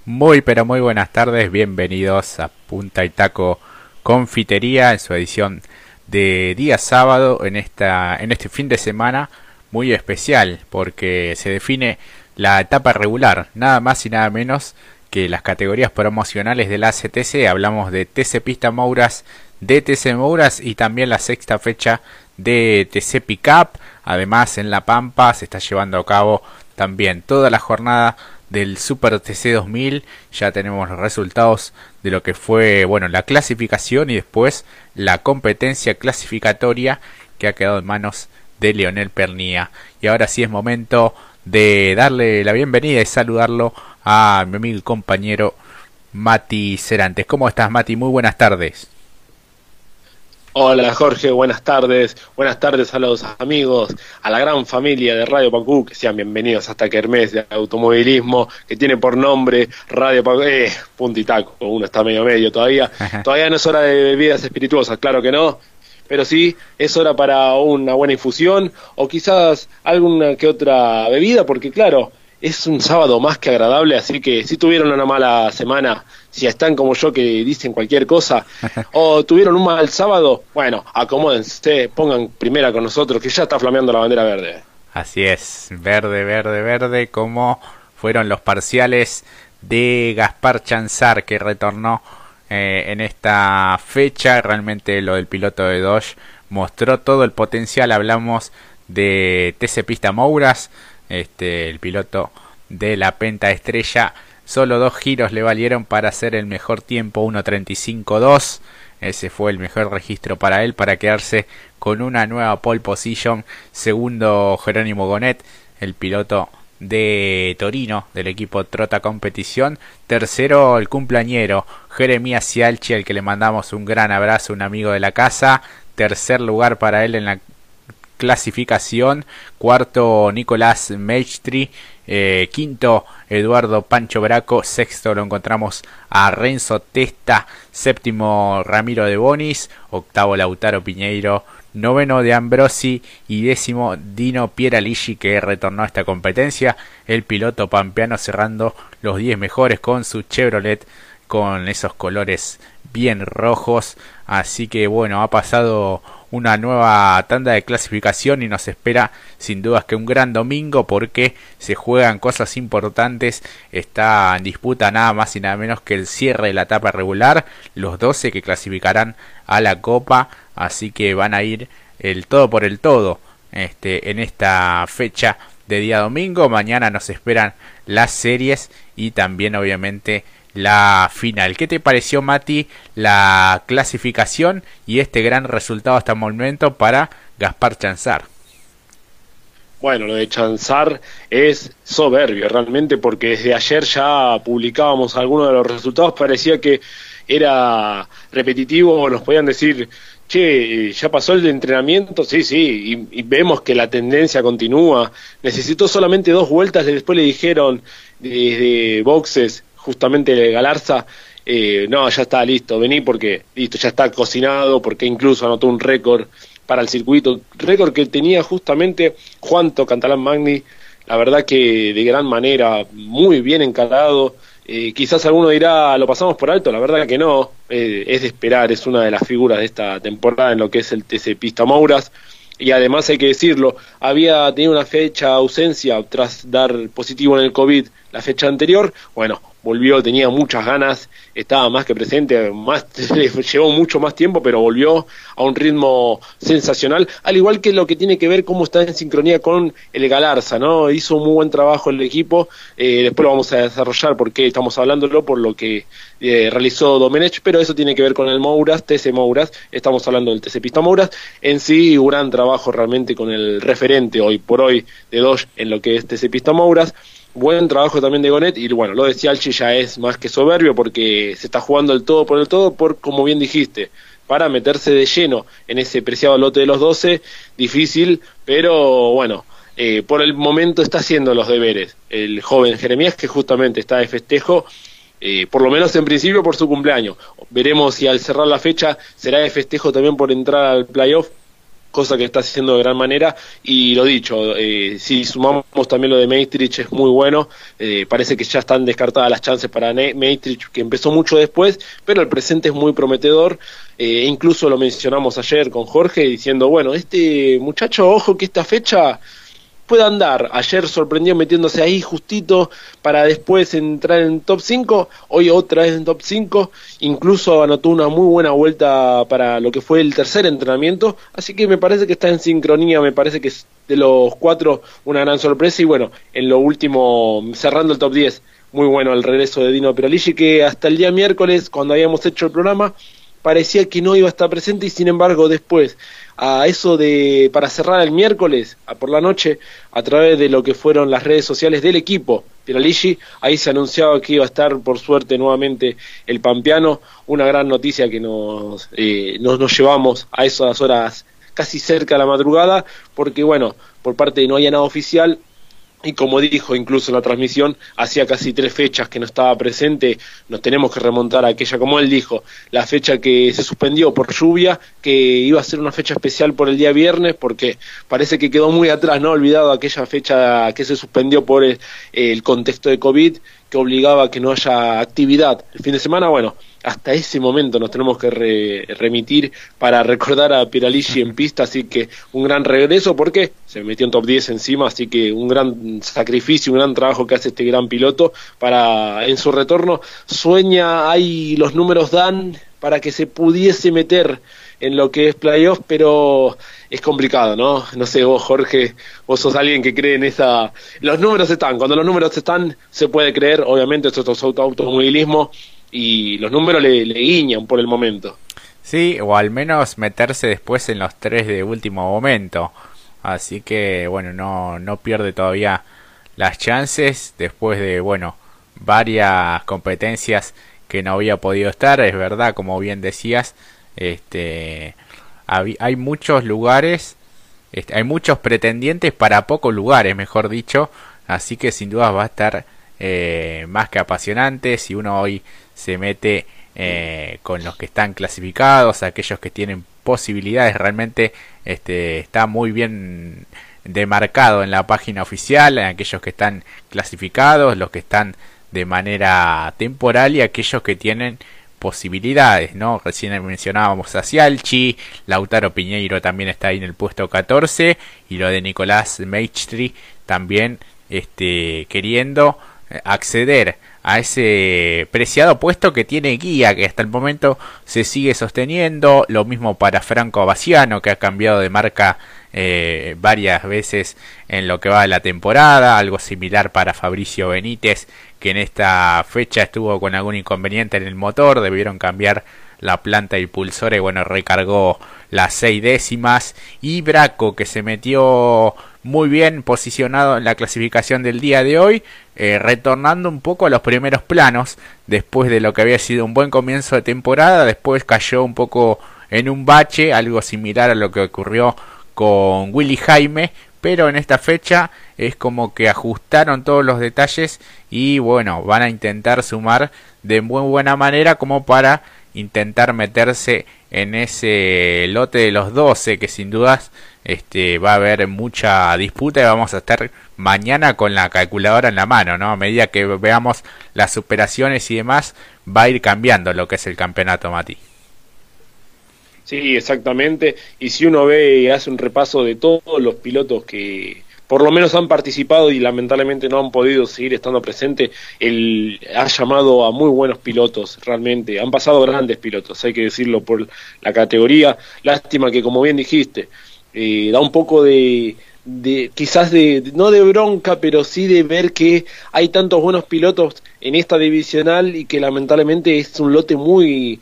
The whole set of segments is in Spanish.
Muy pero muy buenas tardes, bienvenidos a Punta y Taco Confitería en su edición de día sábado en este fin de semana muy especial porque se define la etapa regular, nada más y nada menos que las categorías promocionales de la ACTC. Hablamos de TC Pista Mouras, de TC Mouras y también la sexta fecha de TC Pickup. Además en La Pampa se está llevando a cabo también toda la jornada del Super TC 2000. Ya tenemos los resultados de lo que fue, bueno, la clasificación y después la competencia clasificatoria que ha quedado en manos de Leonel Pernía. Y ahora sí es momento de darle la bienvenida y saludarlo a mi amigo y compañero Mati Cerantes. ¿Cómo estás, Mati? Muy buenas tardes. Hola Jorge, buenas tardes a los amigos, a la gran familia de Radio Pacú, que sean bienvenidos a esta kermés de automovilismo que tiene por nombre Radio Pacú, Punta y Taco, uno está medio todavía, todavía no es hora de bebidas espirituosas, claro que no, pero sí es hora para una buena infusión o quizás alguna que otra bebida, porque claro, es un sábado más que agradable, así que si tuvieron una mala semana, si están como yo que dicen cualquier cosa, o tuvieron un mal sábado, bueno, acomódense, pongan primera con nosotros, que ya está flameando la bandera verde. Así es, verde, como fueron los parciales de Gaspar Chanzar, que retornó en esta fecha. Realmente lo del piloto de Dodge mostró todo el potencial. Hablamos de TC Pista Mouras, el piloto de la Penta Estrella. Solo 2 giros le valieron para hacer el mejor tiempo, 1.35.2. Ese fue el mejor registro para él, para quedarse con una nueva pole position. Segundo, Jerónimo Gonet, el piloto de Torino, del equipo Trota Competición. Tercero, el cumpleañero Jeremías Cialchi, al que le mandamos un gran abrazo, un amigo de la casa. Tercer lugar para él en la clasificación. Cuarto, Nicolás Maestri. Quinto, Eduardo Pancho Braco. Sexto lo encontramos a Renzo Testa. Séptimo, Ramiro de Bonis. Octavo, Lautaro Piñeiro. Noveno, de Ambrosi. Y décimo, Dino Pieraligi, que retornó a esta competencia. El piloto pampeano cerrando los 10 mejores con su Chevrolet con esos colores bien rojos. Así que bueno, ha pasado una nueva tanda de clasificación y nos espera sin dudas que un gran domingo, porque se juegan cosas importantes. Está en disputa nada más y nada menos que el cierre de la etapa regular, los 12 que clasificarán a la Copa, así que van a ir el todo por el todo en esta fecha de día domingo. Mañana nos esperan las series y también obviamente la final. ¿Qué te pareció, Mati, la clasificación y este gran resultado hasta el momento para Gaspar Chanzar? Bueno, lo de Chanzar es soberbio realmente, porque desde ayer ya publicábamos algunos de los resultados. Parecía que era repetitivo, nos podían decir, che, ya pasó el entrenamiento, sí, y vemos que la tendencia continúa. Necesitó solamente 2 vueltas, después le dijeron desde boxes, justamente de Galarza, no, ya está listo, vení porque listo, ya está cocinado, porque incluso anotó un récord para el circuito, récord que tenía justamente Juanto Cantalán Magni, la verdad que de gran manera, muy bien encarado. Quizás alguno dirá, lo pasamos por alto, la verdad que no, es de esperar, es una de las figuras de esta temporada en lo que es el TC Pista Mouras. Y además hay que decirlo, había tenido una fecha de ausencia tras dar positivo en el COVID la fecha anterior. Bueno, volvió, tenía muchas ganas, estaba más que presente, le llevó mucho más tiempo, pero volvió a un ritmo sensacional, al igual que lo que tiene que ver cómo está en sincronía con el Galarza, ¿no? Hizo un muy buen trabajo el equipo, después lo vamos a desarrollar porque estamos hablándolo por lo que realizó Domenech, pero eso tiene que ver con el Mouras, TC Mouras, estamos hablando del TC Pista Mouras, en sí un gran trabajo realmente con el referente hoy por hoy de Dodge en lo que es TC Pista Mouras. Buen trabajo también de Gonet, y bueno, lo de Cialchi ya es más que soberbio, porque se está jugando el todo, como bien dijiste, para meterse de lleno en ese preciado lote de los 12, difícil, pero bueno, por el momento está haciendo los deberes el joven Jeremías, que justamente está de festejo, por lo menos en principio por su cumpleaños. Veremos si al cerrar la fecha será de festejo también por entrar al playoff cosa que está haciendo de gran manera. Y lo dicho, si sumamos también lo de Maestrich, es muy bueno. Parece que ya están descartadas las chances para Maestrich, que empezó mucho después, pero el presente es muy prometedor. Incluso lo mencionamos ayer con Jorge, diciendo, bueno, este muchacho, ojo que esta fecha puede andar. Ayer sorprendió metiéndose ahí justito para después entrar en top 5, hoy otra vez en top 5, incluso anotó una muy buena vuelta para lo que fue el tercer entrenamiento, así que me parece que está en sincronía, me parece que es de los 4 una gran sorpresa. Y bueno, en lo último, cerrando el top 10, muy bueno el regreso de Dino Piraligi, que hasta el día miércoles, cuando habíamos hecho el programa, parecía que no iba a estar presente, y sin embargo después, para cerrar el miércoles por la noche, a través de lo que fueron las redes sociales del equipo Piraligi, ahí se anunciaba que iba a estar por suerte nuevamente el pampeano. Una gran noticia que nos llevamos a esas horas casi cerca de la madrugada, porque bueno, por parte de no había nada oficial. Y como dijo incluso en la transmisión, hacía casi 3 fechas que no estaba presente. Nos tenemos que remontar a aquella, como él dijo, la fecha que se suspendió por lluvia, que iba a ser una fecha especial por el día viernes, porque parece que quedó muy atrás, ¿no? Olvidado aquella fecha que se suspendió por el contexto de COVID, que obligaba a que no haya actividad el fin de semana. Bueno, hasta ese momento nos tenemos que remitir para recordar a Piraligi en pista, así que un gran regreso, porque se metió en top 10 encima, así que un gran sacrificio, un gran trabajo que hace este gran piloto para en su retorno. Sueña, ahí los números dan para que se pudiese meter en lo que es playoff, pero es complicado, ¿no? No sé, vos, Jorge, vos sos alguien que cree en esa... Los números están, cuando los números están, se puede creer, obviamente esto es automovilismo, y los números le guiñan por el momento. Sí, o al menos meterse después en los 3 de último momento. Así que, bueno, no pierde todavía las chances después de, bueno, varias competencias que no había podido estar. Es verdad, como bien decías, hay muchos lugares, hay muchos pretendientes para pocos lugares, mejor dicho. Así que sin duda va a estar más que apasionante. Si uno hoy se mete con los que están clasificados, aquellos que tienen posibilidades, realmente está muy bien demarcado en la página oficial, en aquellos que están clasificados, los que están de manera temporal y aquellos que tienen posibilidades, ¿no? Recién mencionábamos a Cialchi, Lautaro Piñeiro también está ahí en el puesto 14, y lo de Nicolás Maestri también queriendo acceder a ese preciado puesto que tiene Guía, que hasta el momento se sigue sosteniendo. Lo mismo para Franco Baciano, que ha cambiado de marca varias veces en lo que va de la temporada. Algo similar para Fabricio Benítez, que en esta fecha estuvo con algún inconveniente en el motor, debieron cambiar la planta impulsora y bueno, recargó las 6 décimas. Y Braco, que se metió muy bien posicionado en la clasificación del día de hoy, retornando un poco a los primeros planos después de lo que había sido un buen comienzo de temporada. Después cayó un poco en un bache, algo similar a lo que ocurrió con Willy Jaime, pero en esta fecha es como que ajustaron todos los detalles y bueno, van a intentar sumar de muy buena manera como para intentar meterse en ese lote de los 12, que sin dudas va a haber mucha disputa y vamos a estar mañana con la calculadora en la mano, ¿no? A medida que veamos las superaciones y demás, va a ir cambiando lo que es el campeonato, Mati. Sí, exactamente, y si uno ve y hace un repaso de todos los pilotos que por lo menos han participado y lamentablemente no han podido seguir estando presentes, él ha llamado a muy buenos pilotos, realmente, han pasado grandes pilotos, hay que decirlo, por la categoría. Lástima que, como bien dijiste, da un poco de quizás no de bronca, pero sí de ver que hay tantos buenos pilotos en esta divisional y que lamentablemente es un lote muy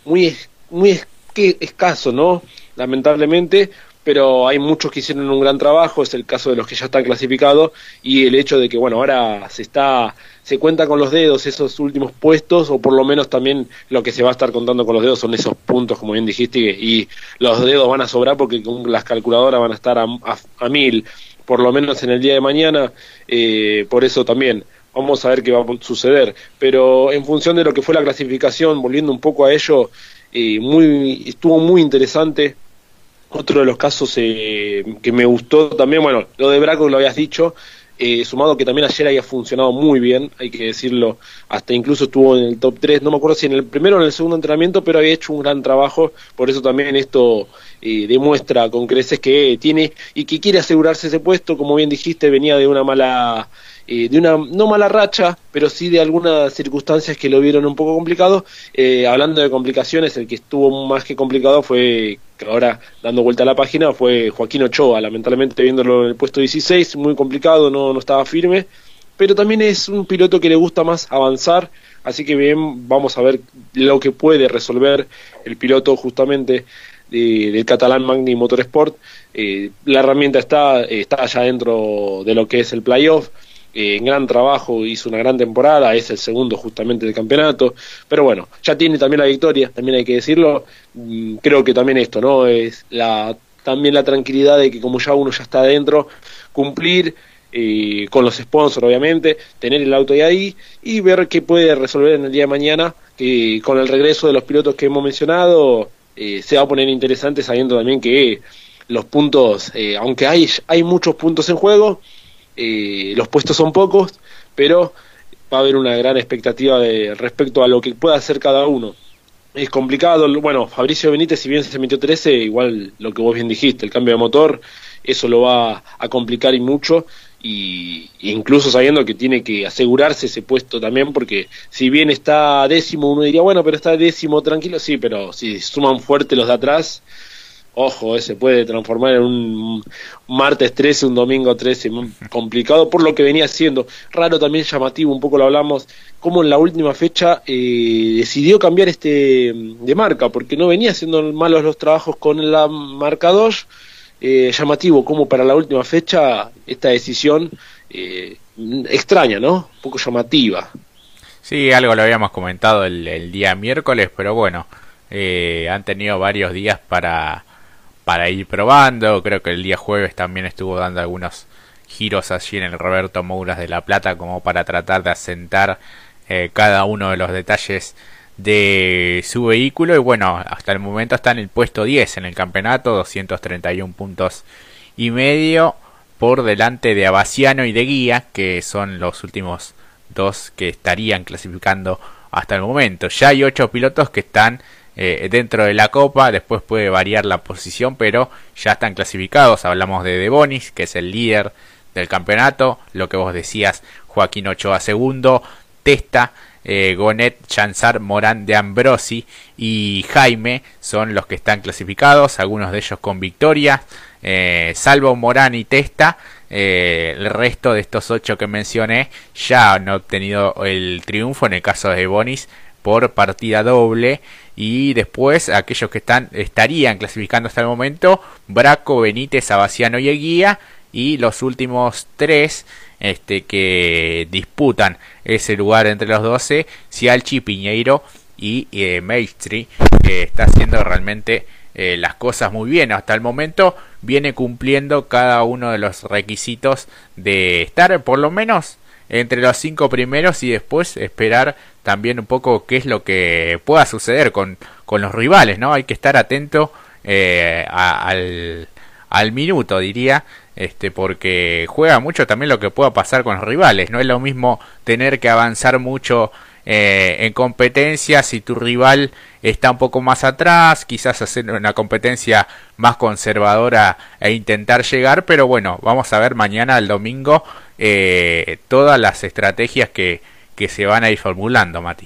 escaso, ¿no? Lamentablemente, pero hay muchos que hicieron un gran trabajo, es el caso de los que ya están clasificados, y el hecho de que, bueno, ahora se cuenta con los dedos esos últimos puestos, o por lo menos también lo que se va a estar contando con los dedos son esos puntos, como bien dijiste, y los dedos van a sobrar porque con las calculadoras van a estar a 1000, por lo menos en el día de mañana. Por eso también vamos a ver qué va a suceder, pero en función de lo que fue la clasificación, volviendo un poco a ello, estuvo muy interesante Otro de los casos que me gustó también, bueno, lo de Braco lo habías dicho, sumado que también ayer había funcionado muy bien, hay que decirlo, hasta incluso estuvo en el top 3, no me acuerdo si en el primero o en el segundo entrenamiento, pero había hecho un gran trabajo, por eso también esto demuestra con creces que tiene y que quiere asegurarse ese puesto, como bien dijiste, venía de una no mala racha, pero sí de algunas circunstancias que lo vieron un poco complicado. Hablando de complicaciones, el que estuvo más que complicado fue, que ahora dando vuelta a la página, fue Joaquín Ochoa, lamentablemente viéndolo en el puesto 16, muy complicado, no estaba firme, pero también es un piloto que le gusta más avanzar, así que bien, vamos a ver lo que puede resolver el piloto justamente del catalán Magni Motorsport. La herramienta está ya dentro de lo que es el playoff. En gran trabajo, hizo una gran temporada, es el segundo justamente del campeonato, pero bueno, ya tiene también la victoria, también hay que decirlo. Creo que también esto, ¿no? Es también la tranquilidad de que como ya uno ya está adentro, cumplir con los sponsors obviamente, tener el auto ahí y ver qué puede resolver en el día de mañana, que con el regreso de los pilotos que hemos mencionado se va a poner interesante, sabiendo también que los puntos, aunque hay muchos puntos en juego, los puestos son pocos, pero va a haber una gran expectativa respecto a lo que pueda hacer cada uno. Es complicado, bueno, Fabricio Benítez, si bien se metió 13, igual lo que vos bien dijiste, el cambio de motor, eso lo va a complicar y mucho, y incluso sabiendo que tiene que asegurarse ese puesto también, porque si bien está décimo, uno diría, bueno, pero está décimo, tranquilo, sí, pero si suman fuerte los de atrás, ojo, se puede transformar en un martes 13, un domingo 13, complicado por lo que venía siendo. Raro, también llamativo, un poco lo hablamos, como en la última fecha decidió cambiar de marca, porque no venía haciendo malos los trabajos con la marca 2. Llamativo como para la última fecha esta decisión extraña, ¿no? Un poco llamativa. Sí, algo lo habíamos comentado el día miércoles, pero bueno, han tenido varios días para ir probando. Creo que el día jueves también estuvo dando algunos giros allí en el Roberto Mouras de La Plata como para tratar de asentar cada uno de los detalles de su vehículo. Y bueno, hasta el momento está en el puesto 10 en el campeonato, 231 puntos y medio por delante de Abasiano y de Guía, que son los últimos dos que estarían clasificando hasta el momento. Ya hay 8 pilotos que están dentro de la Copa, después puede variar la posición, pero ya están clasificados. Hablamos de Bonis, que es el líder del campeonato, lo que vos decías, Joaquín Ochoa segundo, Testa, Gonet, Chanzar, Morán de Ambrosi y Jaime son los que están clasificados, algunos de ellos con victoria, salvo Morán y Testa. El resto de estos 8 que mencioné ya han obtenido el triunfo, en el caso de Bonis por partida doble, y después aquellos que estarían clasificando hasta el momento: Braco, Benítez, Abasiano y Eguía, y los últimos 3 que disputan ese lugar entre los 12, Cialchi, Piñeiro y Maestri, que está haciendo realmente las cosas muy bien. Hasta el momento viene cumpliendo cada uno de los requisitos de estar por lo menos entre los 5 primeros, y después esperar también un poco qué es lo que pueda suceder con los rivales, ¿no? Hay que estar atento al minuto, diría, porque juega mucho también lo que pueda pasar con los rivales. No es lo mismo tener que avanzar mucho en competencia si tu rival está un poco más atrás, quizás hacer una competencia más conservadora e intentar llegar. Pero bueno, vamos a ver mañana, el domingo, todas las estrategias que se van a ir formulando, Mati.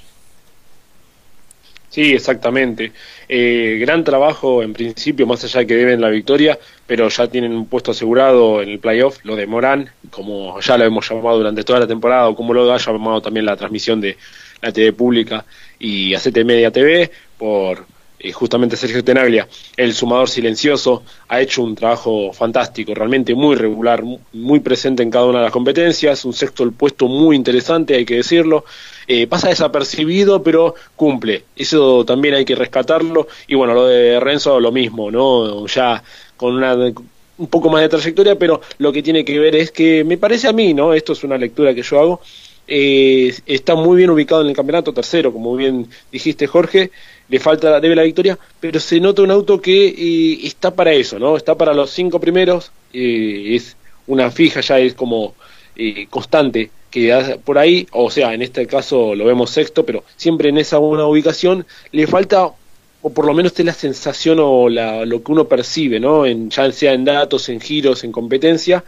Sí, exactamente. Gran trabajo en principio, más allá de que deben la victoria, pero ya tienen un puesto asegurado en el playoff. Lo de Morán, como ya lo hemos llamado durante toda la temporada, o como lo ha llamado también la transmisión de la TV pública y ACT Media TV por justamente Sergio Tenaglia, el sumador silencioso, ha hecho un trabajo fantástico, realmente muy regular, muy presente en cada una de las competencias. Un sexto el puesto muy interesante, hay que decirlo. Pasa desapercibido, pero cumple, eso también hay que rescatarlo. Y bueno, lo de Renzo, lo mismo, ¿no? Ya con un poco más de trayectoria, pero lo que tiene que ver es que, me parece a mí, ¿no? Esto es una lectura que yo hago, está muy bien ubicado en el campeonato, tercero, como bien dijiste, Jorge. debe la victoria, pero se nota un auto que está para eso, ¿no? Está para los 5 primeros, es una fija, ya es como constante, que por ahí, o sea, en este caso lo vemos sexto, pero siempre en esa buena ubicación le falta, o por lo menos es la sensación o lo que uno percibe, ¿no? Ya sea en datos, en giros, en competencia,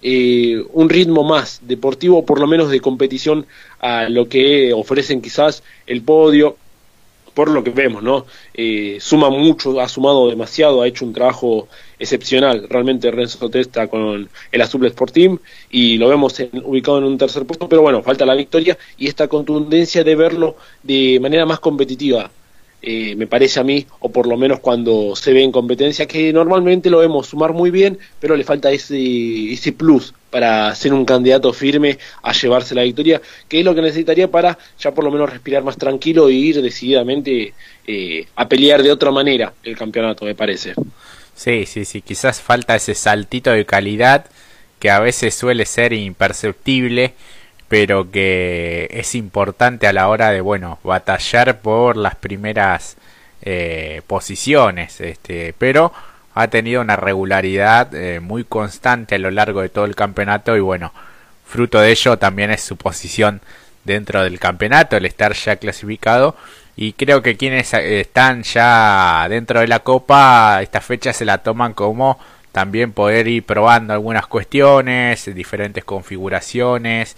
un ritmo más deportivo, por lo menos de competición a lo que ofrecen quizás el podio, por lo que vemos, ¿no? Suma mucho, ha sumado demasiado, ha hecho un trabajo excepcional, realmente Renzo Testa con el Azul Sport Team, y lo vemos ubicado en un tercer puesto, pero bueno, falta la victoria y esta contundencia de verlo de manera más competitiva. Me parece a mí, o por lo menos cuando se ve en competencia, que normalmente lo vemos sumar muy bien, pero le falta ese plus para ser un candidato firme a llevarse la victoria, que es lo que necesitaría para ya por lo menos respirar más tranquilo e ir decididamente a pelear de otra manera el campeonato, me parece. Sí, sí, sí, quizás falta ese saltito de calidad que a veces suele ser imperceptible, pero que es importante a la hora de, bueno, batallar por las primeras posiciones, pero ha tenido una regularidad muy constante a lo largo de todo el campeonato y bueno, fruto de ello también es su posición dentro del campeonato, el estar ya clasificado, y creo que quienes están ya dentro de la Copa, esta fecha se la toman como también poder ir probando algunas cuestiones, diferentes configuraciones.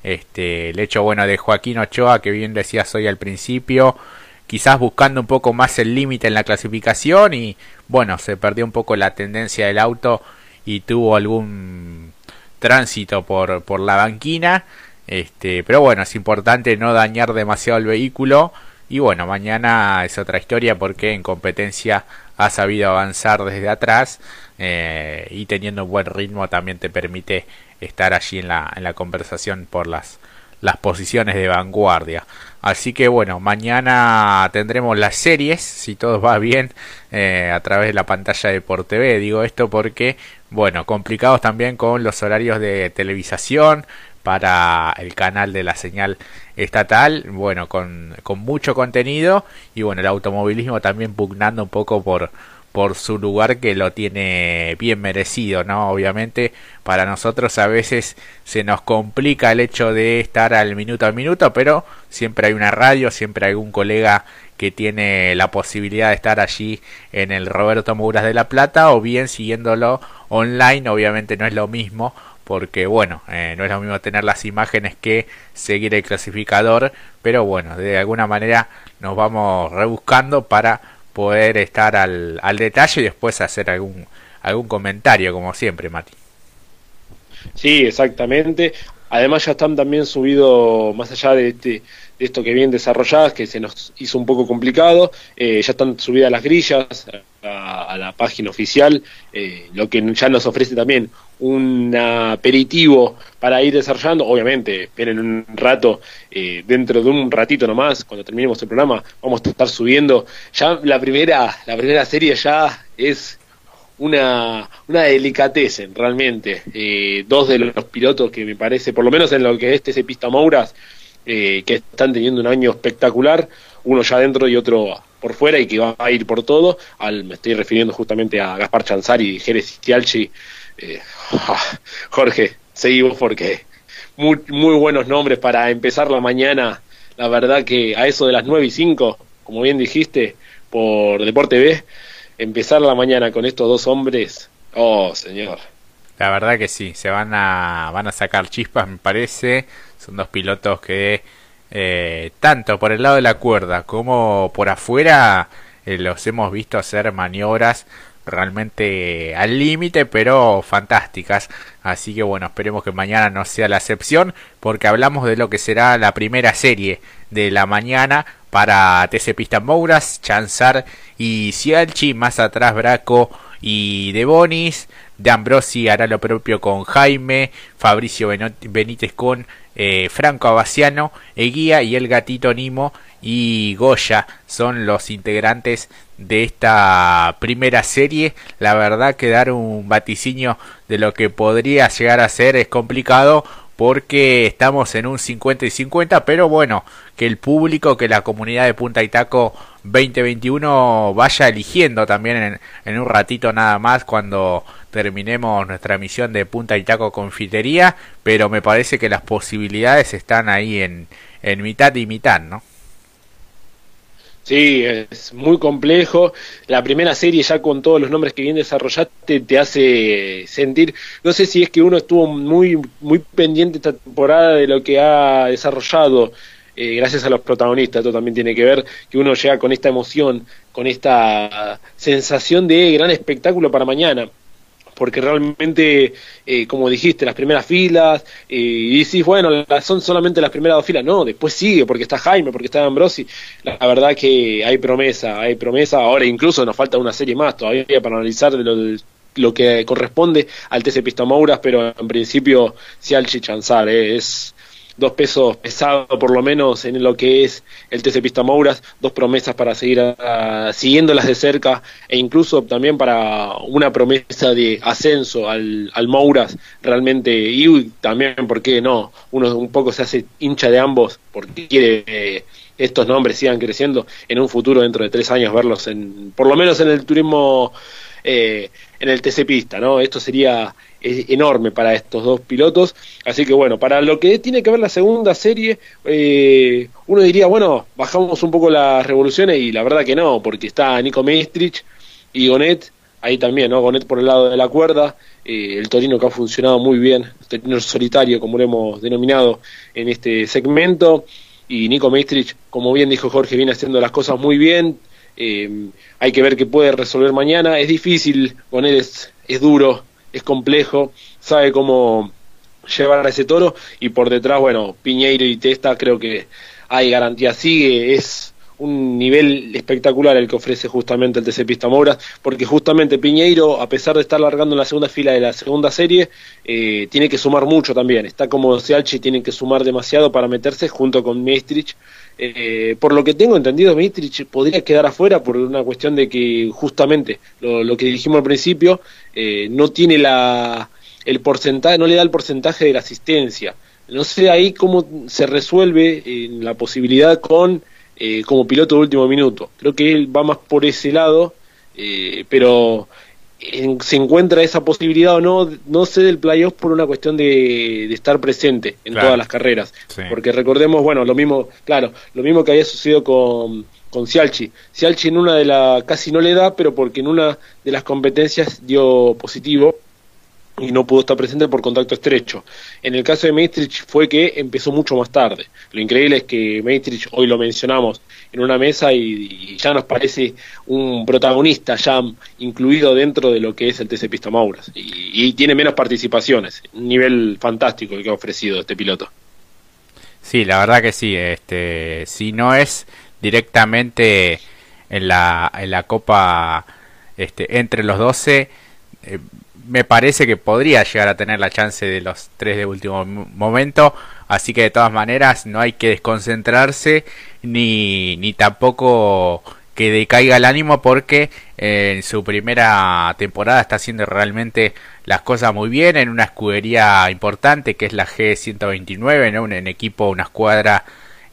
El hecho bueno de Joaquín Ochoa, que bien decías hoy al principio, quizás buscando un poco más el límite en la clasificación y bueno, se perdió un poco la tendencia del auto y tuvo algún tránsito por la banquina, pero bueno, es importante no dañar demasiado el vehículo y bueno, mañana es otra historia porque en competencia ha sabido avanzar desde atrás y teniendo un buen ritmo también te permite estar allí en la conversación por las posiciones de vanguardia. Así que bueno, mañana tendremos las series, si todo va bien, a través de la pantalla de Por TV. Digo esto porque, bueno, complicados también con los horarios de televisación para el canal de la señal estatal, bueno, con mucho contenido y bueno, el automovilismo también pugnando un poco por su lugar que lo tiene bien merecido, ¿no? Obviamente para nosotros a veces se nos complica el hecho de estar al minuto, pero siempre hay una radio, siempre hay un colega que tiene la posibilidad de estar allí en el Roberto Mouras de La Plata o bien siguiéndolo online. Obviamente no es lo mismo porque bueno, no es lo mismo tener las imágenes que seguir el clasificador, pero bueno, de alguna manera nos vamos rebuscando para poder estar al detalle y después hacer algún comentario, como siempre, Mati. Sí, exactamente. Además ya están también subidos, más allá de esto que bien desarrolladas, que se nos hizo un poco complicado, ya están subidas las grillas a la página oficial, lo que ya nos ofrece también un aperitivo para ir desarrollando. Obviamente, esperen un rato, dentro de un ratito nomás, cuando terminemos el programa, vamos a estar subiendo. Ya la primera serie ya es una delicatessen realmente. Dos de los pilotos que me parece, por lo menos en lo que es ese Pista Mouras, que están teniendo un año espectacular, uno ya dentro y otro por fuera y que va a ir por todo. Me estoy refiriendo justamente a Gaspar Chanzari y Jerez Stialchi. Jorge, seguimos porque muy buenos nombres para empezar la mañana. La verdad que a eso de las 9:05, como bien dijiste, por Deporte B, empezar la mañana con estos dos hombres, oh señor. La verdad que sí, se van a sacar chispas, me parece. Son dos pilotos que tanto por el lado de la cuerda como por afuera los hemos visto hacer maniobras realmente al límite, pero fantásticas. Así que bueno, esperemos que mañana no sea la excepción, porque hablamos de lo que será la primera serie de la mañana para TC Pista Mouras, Chanzar y Cialchi, más atrás Braco y De Bonis. De Ambrosi hará lo propio con Jaime, Fabricio Benítez con Franco Abaciano, Eguía y el gatito Nimo y Goya son los integrantes de esta primera serie. La verdad que dar un vaticinio de lo que podría llegar a ser es complicado porque estamos en un 50 y 50, pero bueno, que el público, que la comunidad de Punta y Taco 2021 vaya eligiendo también en un ratito nada más cuando terminemos nuestra emisión de Punta y Taco Confitería, pero me parece que las posibilidades están ahí en mitad y mitad, ¿no? Sí, es muy complejo. La primera serie, ya con todos los nombres que bien desarrollaste, te hace sentir, no sé si es que uno estuvo muy pendiente esta temporada de lo que ha desarrollado, gracias a los protagonistas. Esto también tiene que ver que uno llega con esta emoción, con esta sensación de gran espectáculo para mañana, porque realmente, como dijiste, las primeras filas, y decís, bueno, son solamente las primeras dos filas. No, después sigue, porque está Jaime, porque está Ambrosi. La verdad que hay promesa. Ahora incluso nos falta una serie más todavía para analizar de lo que corresponde al TC Pista Mouras, pero en principio Sialchi Chansar, es dos pesos pesados por lo menos en lo que es el TC Pista Mouras, dos promesas para seguir siguiéndolas de cerca, e incluso también para una promesa de ascenso al Mouras realmente, y también, ¿por qué no? Uno un poco se hace hincha de ambos porque quiere estos nombres sigan creciendo en un futuro, dentro de 3 años, verlos por lo menos en el turismo, en el TC Pista, ¿no? Esto sería enorme para estos dos pilotos. Así que bueno, para lo que tiene que ver la segunda serie, uno diría, bueno, bajamos un poco las revoluciones, y la verdad que no, porque está Nico Maestrich y Gonet ahí también, ¿no? Gonet por el lado de la cuerda, el Torino que ha funcionado muy bien, el Torino solitario, como lo hemos denominado en este segmento, y Nico Maestrich, como bien dijo Jorge, viene haciendo las cosas muy bien. Hay que ver qué puede resolver mañana. Es difícil, Gonet es duro, es complejo, sabe cómo llevar a ese toro, y por detrás, bueno, Piñeiro y Testa, creo que hay garantía. Sigue, es un nivel espectacular el que ofrece justamente el TC Pista Mouras, porque justamente Piñeiro, a pesar de estar largando en la segunda fila de la segunda serie, tiene que sumar mucho también. Está como Sialchi, tiene que sumar demasiado para meterse junto con Maestrich. Por lo que tengo entendido, Maestrich podría quedar afuera por una cuestión de que justamente lo que dijimos al principio, no tiene el porcentaje, no le da el porcentaje de la asistencia. No sé ahí cómo se resuelve la posibilidad como piloto de último minuto. Creo que él va más por ese lado, pero se encuentra esa posibilidad o no sé del playoff, por una cuestión de estar presente en todas las carreras. Sí. Porque recordemos, bueno, lo mismo que había sucedido con Sialchi. Sialchi en una casi no le da, pero porque en una de las competencias dio positivo y no pudo estar presente por contacto estrecho. En el caso de Maestrich fue que empezó mucho más tarde. Lo increíble es que Maestrich, hoy lo mencionamos en una mesa, y ya nos parece un protagonista ya incluido dentro de lo que es el TC Pista Mouras, y tiene menos participaciones. Un nivel fantástico el que ha ofrecido este piloto. Sí, la verdad que sí. Si no es directamente en la Copa entre los 12, me parece que podría llegar a tener la chance de los 3 de último momento. Así que de todas maneras no hay que desconcentrarse ni tampoco que decaiga el ánimo, porque en su primera temporada está haciendo realmente las cosas muy bien en una escudería importante que es la G129, ¿no? Un equipo, una escuadra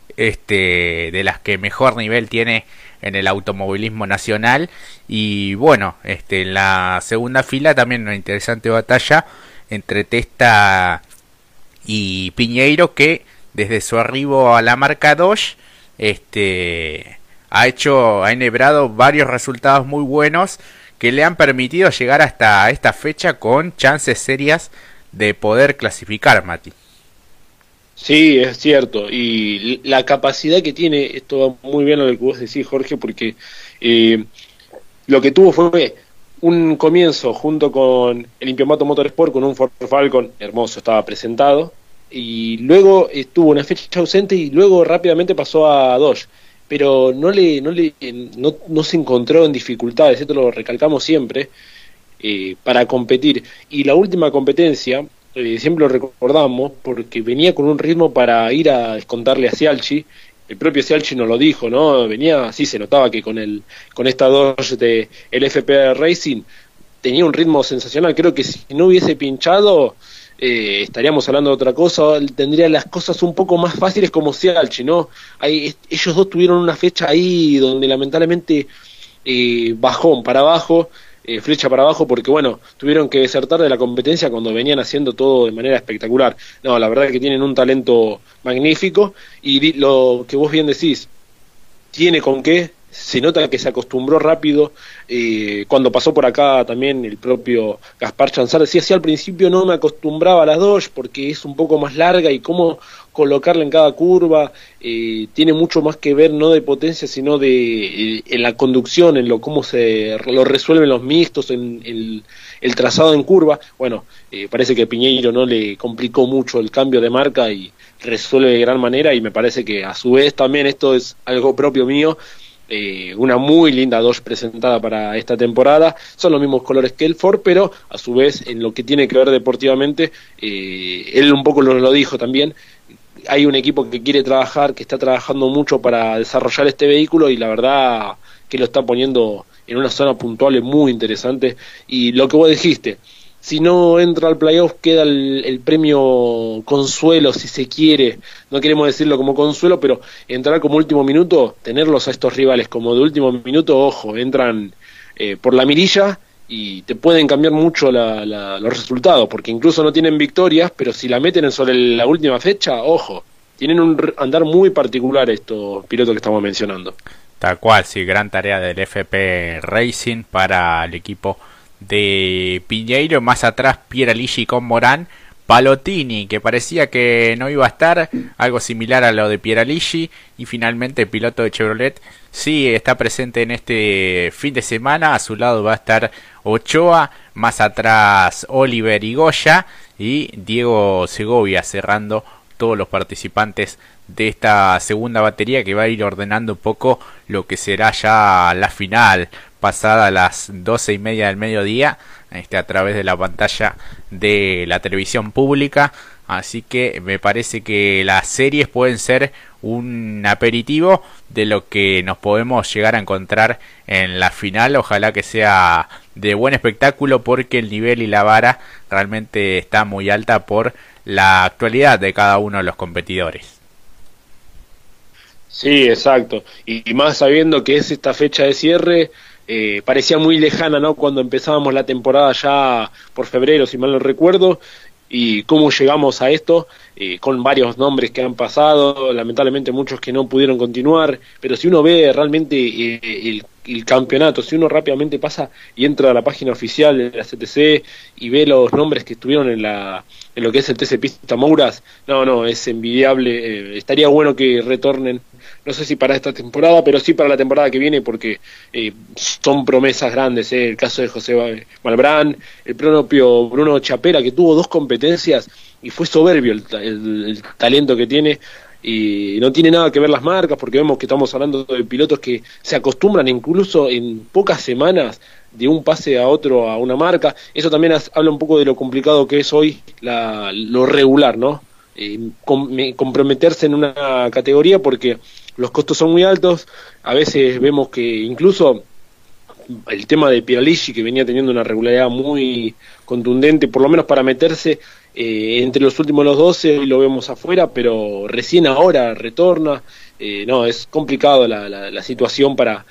de las que mejor nivel tiene en el automovilismo nacional. Y bueno, en la segunda fila también una interesante batalla entre Testa y Piñeiro, que desde su arribo a la marca Dodge ha enhebrado varios resultados muy buenos que le han permitido llegar hasta esta fecha con chances serias de poder clasificar, Mati. Sí, es cierto, y la capacidad que tiene, esto va muy bien lo que vos decís, Jorge, porque lo que tuvo fue un comienzo junto con el Impiamato Motorsport, con un Ford Falcon hermoso, estaba presentado, y luego estuvo una fecha ausente y luego rápidamente pasó a Dodge, pero no se encontró en dificultades. Esto lo recalcamos siempre, para competir. Y la última competencia, siempre lo recordamos porque venía con un ritmo para ir a descontarle a Sialchi. El propio Sialchi nos lo dijo, ¿no? Venía así, se notaba que con esta Dodge de el FP Racing tenía un ritmo sensacional. Creo que si no hubiese pinchado, estaríamos hablando de otra cosa, tendría las cosas un poco más fáciles como Cialchi, ¿no? Ellos dos tuvieron una fecha ahí donde lamentablemente bajón para abajo, flecha para abajo, porque bueno, tuvieron que desertar de la competencia cuando venían haciendo todo de manera espectacular. No, la verdad es que tienen un talento magnífico y lo que vos bien decís, tiene con qué, se nota que se acostumbró rápido. Cuando pasó por acá también el propio Gaspar Chanzar decía, sí, al principio no me acostumbraba a las Dodge porque es un poco más larga y cómo colocarla en cada curva, tiene mucho más que ver no de potencia sino de en la conducción, en lo cómo se lo resuelven los mixtos, en el trazado en curva. Bueno, parece que Piñeiro no le complicó mucho el cambio de marca y resuelve de gran manera, y me parece que a su vez también esto es algo propio mío. Una muy linda Dodge presentada para esta temporada, son los mismos colores que el Ford, pero a su vez en lo que tiene que ver deportivamente, él un poco lo dijo también, hay un equipo que quiere trabajar, que está trabajando mucho para desarrollar este vehículo y la verdad que lo está poniendo en una zona puntual muy interesante. Y lo que vos dijiste, si no entra al playoff queda el premio consuelo, si se quiere, no queremos decirlo como consuelo, pero entrar como último minuto, tenerlos a estos rivales como de último minuto, ojo, entran por la mirilla y te pueden cambiar mucho los resultados, porque incluso no tienen victorias, pero si la meten sobre la última fecha, ojo, tienen un andar muy particular estos pilotos que estamos mencionando. Tal cual, sí, gran tarea del FP Racing para el equipo de Piñeiro. Más atrás Pieraligi con Morán, Palotini, que parecía que no iba a estar, algo similar a lo de Pieraligi, y finalmente el piloto de Chevrolet sí está presente en este fin de semana. A su lado va a estar Ochoa, más atrás Oliver y Goya, y Diego Segovia cerrando todos los participantes de esta segunda batería, que va a ir ordenando un poco lo que será ya la final, pasada las 12:30 del mediodía, a través de la pantalla de la televisión pública. Así que me parece que las series pueden ser un aperitivo de lo que nos podemos llegar a encontrar en la final. Ojalá que sea de buen espectáculo, porque el nivel y la vara realmente está muy alta por la actualidad de cada uno de los competidores. Sí, exacto. Y más sabiendo que es esta fecha de cierre, parecía muy lejana, ¿no? Cuando empezábamos la temporada ya por febrero, si mal no recuerdo, y cómo llegamos a esto, con varios nombres que han pasado, lamentablemente muchos que no pudieron continuar, pero si uno ve realmente el campeonato, si uno rápidamente pasa y entra a la página oficial de la CTC y ve los nombres que estuvieron en lo que es el TC Pista Mouras, no, es envidiable. Estaría bueno que retornen, no sé si para esta temporada, pero sí para la temporada que viene, porque son promesas grandes, el caso de José Malbrán, el propio Bruno Chapera, que tuvo 2 competencias y fue soberbio el talento que tiene. Y no tiene nada que ver las marcas, porque vemos que estamos hablando de pilotos que se acostumbran incluso en pocas semanas de un pase a otro a una marca. Eso también habla un poco de lo complicado que es hoy lo regular, ¿no? Comprometerse en una categoría, porque los costos son muy altos. A veces vemos que incluso el tema de Pieraligi, que venía teniendo una regularidad muy contundente, por lo menos para meterse entre los últimos los 12, hoy lo vemos afuera, pero recién ahora retorna. No, es complicado la situación para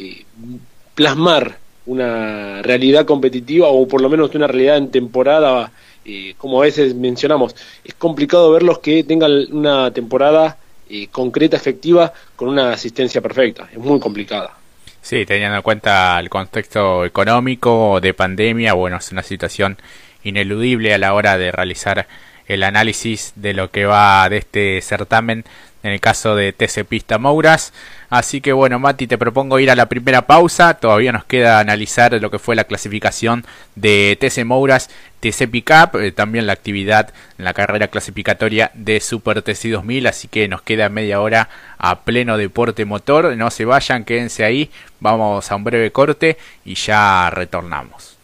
plasmar una realidad competitiva, o por lo menos una realidad en temporada. Como a veces mencionamos, es complicado verlos que tengan una temporada concreta, efectiva, con una asistencia perfecta. Es muy complicada. Sí, teniendo en cuenta el contexto económico de pandemia, bueno, es una situación ineludible a la hora de realizar el análisis de lo que va de este certamen en el caso de TC Pista Mouras. Así que bueno, Mati, te propongo ir a la primera pausa. Todavía nos queda analizar lo que fue la clasificación de TC Mouras, TC Pickup, también la actividad en la carrera clasificatoria de Super TC 2000, así que nos queda media hora a pleno deporte motor. No se vayan, quédense ahí, vamos a un breve corte y ya retornamos.